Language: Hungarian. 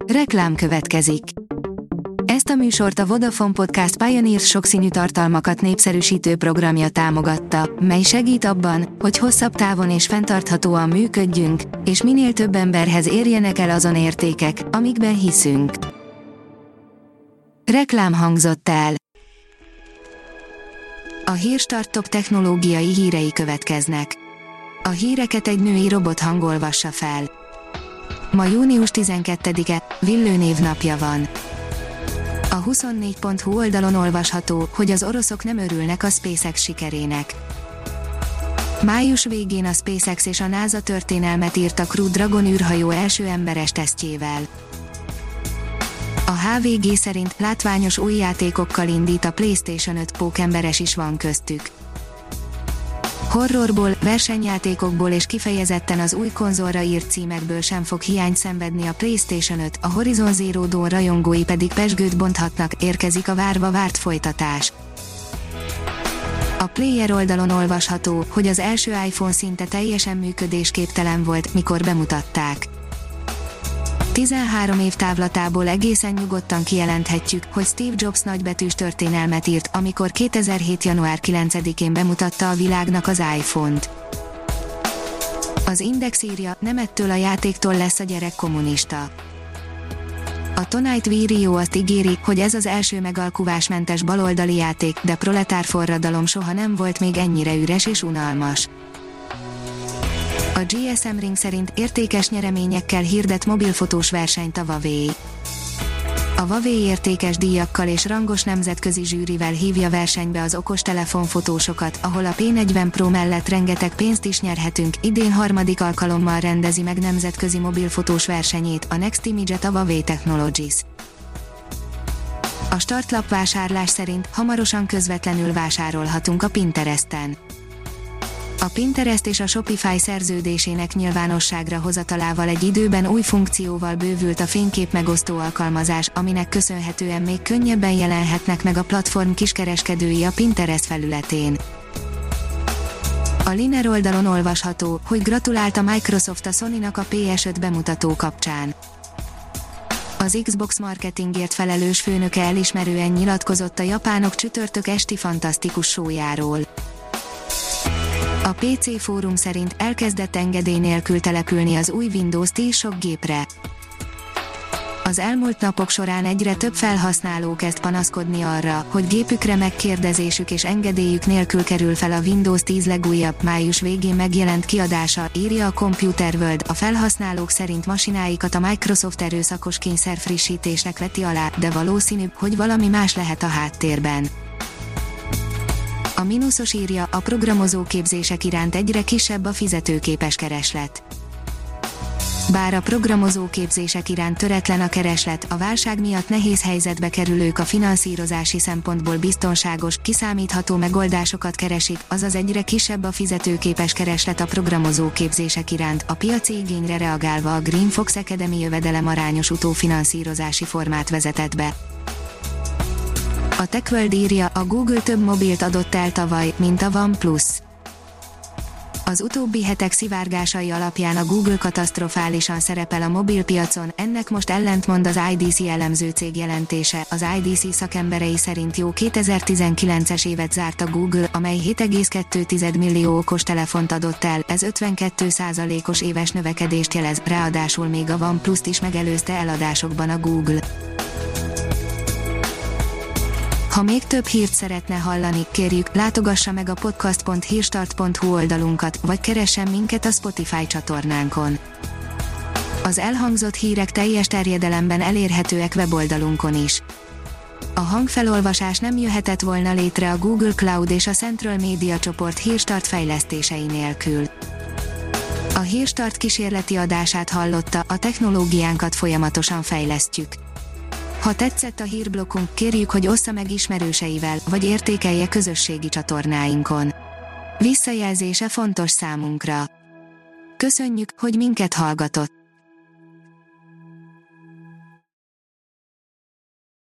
Reklám következik. Ezt a műsort a Vodafone Podcast Pioneers sokszínű tartalmakat népszerűsítő programja támogatta, mely segít abban, hogy hosszabb távon és fenntarthatóan működjünk, és minél több emberhez érjenek el azon értékek, amikben hiszünk. Reklám hangzott el. A Hírstart top technológiai hírei következnek. A híreket egy női robot hangolvassa fel. Ma június 12-e, Villő névnapja van. A 24.hu oldalon olvasható, hogy az oroszok nem örülnek a SpaceX sikerének. Május végén a SpaceX és a NASA történelmet írt a Crew Dragon űrhajó első emberes tesztjével. A HVG szerint látványos új játékokkal indít a PlayStation 5, pókemberes is van köztük. Horrorból, versenyjátékokból és kifejezetten az új konzolra írt címekből sem fog hiányt szenvedni a PlayStation 5, a Horizon Zero Dawn rajongói pedig pezsgőt bonthatnak, érkezik a várva várt folytatás. A Player oldalon olvasható, hogy az első iPhone szinte teljesen működésképtelen volt, mikor bemutatták. 13 év távlatából egészen nyugodtan kijelenthetjük, hogy Steve Jobs nagybetűs történelmet írt, amikor 2007. január 9-én bemutatta a világnak az iPhone-t. Az Index írja, nem ettől a játéktól lesz a gyerek kommunista. A Tonight Video azt ígéri, hogy ez az első megalkuvásmentes baloldali játék, de proletár forradalom soha nem volt még ennyire üres és unalmas. A GSM Ring szerint értékes nyereményekkel hirdet mobilfotós versenyt a Huawei. A Huawei értékes díjakkal és rangos nemzetközi zsűrivel hívja versenybe az okostelefon fotósokat, ahol a P40 Pro mellett rengeteg pénzt is nyerhetünk. Idén harmadik alkalommal rendezi meg nemzetközi mobilfotós versenyét, a Next Image-et a Huawei Technologies. A startlap vásárlás szerint hamarosan közvetlenül vásárolhatunk a Pinteresten. A Pinterest és a Shopify szerződésének nyilvánosságra hozatalával egy időben új funkcióval bővült a fénykép megosztó alkalmazás, aminek köszönhetően még könnyebben jelenhetnek meg a platform kiskereskedői a Pinterest felületén. A Liner oldalon olvasható, hogy gratulált a Microsoft a Sony-nak a PS5 bemutató kapcsán. Az Xbox marketingért felelős főnöke elismerően nyilatkozott a japánok csütörtök esti fantasztikus showjáról. A PC fórum szerint elkezdett engedély nélkül települni az új Windows 10 sok gépre. Az elmúlt napok során egyre több felhasználó kezd panaszkodni arra, hogy gépükre megkérdezésük és engedélyük nélkül kerül fel a Windows 10 legújabb, május végén megjelent kiadása, írja a Computer World. A felhasználók szerint masináikat a Microsoft erőszakos kényszerfrissítésnek veti alá, de valószínűbb, hogy valami más lehet a háttérben. A mínuszos írja, a programozóképzések iránt egyre kisebb a fizetőképes kereslet. Bár a programozóképzések iránt töretlen a kereslet, a válság miatt nehéz helyzetbe kerülők a finanszírozási szempontból biztonságos, kiszámítható megoldásokat keresik, azaz egyre kisebb a fizetőképes kereslet a programozóképzések iránt. A piaci igényre reagálva a Green Fox Academy jövedelemarányos utófinanszírozási formát vezetett be. A TechWorld írja, a Google több mobilt adott el tavaly, mint a OnePlus. Az utóbbi hetek szivárgásai alapján a Google katasztrofálisan szerepel a mobilpiacon, ennek most ellentmond az IDC elemző cég jelentése. Az IDC szakemberei szerint jó 2019-es évet zárt a Google, amely 7,2 millió okostelefont adott el, ez 52%-os éves növekedést jelez, ráadásul még a OnePlust is megelőzte eladásokban a Google. Ha még több hírt szeretne hallani, kérjük, látogassa meg a podcast.hírstart.hu oldalunkat, vagy keressen minket a Spotify csatornánkon. Az elhangzott hírek teljes terjedelemben elérhetőek weboldalunkon is. A hangfelolvasás nem jöhetett volna létre a Google Cloud és a Central Media csoport Hírstart fejlesztései nélkül. A Hírstart kísérleti adását hallotta, a technológiánkat folyamatosan fejlesztjük. Ha tetszett a hírblokkunk, kérjük, hogy ossza meg ismerőseivel, vagy értékelje közösségi csatornáinkon. Visszajelzése fontos számunkra. Köszönjük, hogy minket hallgatott!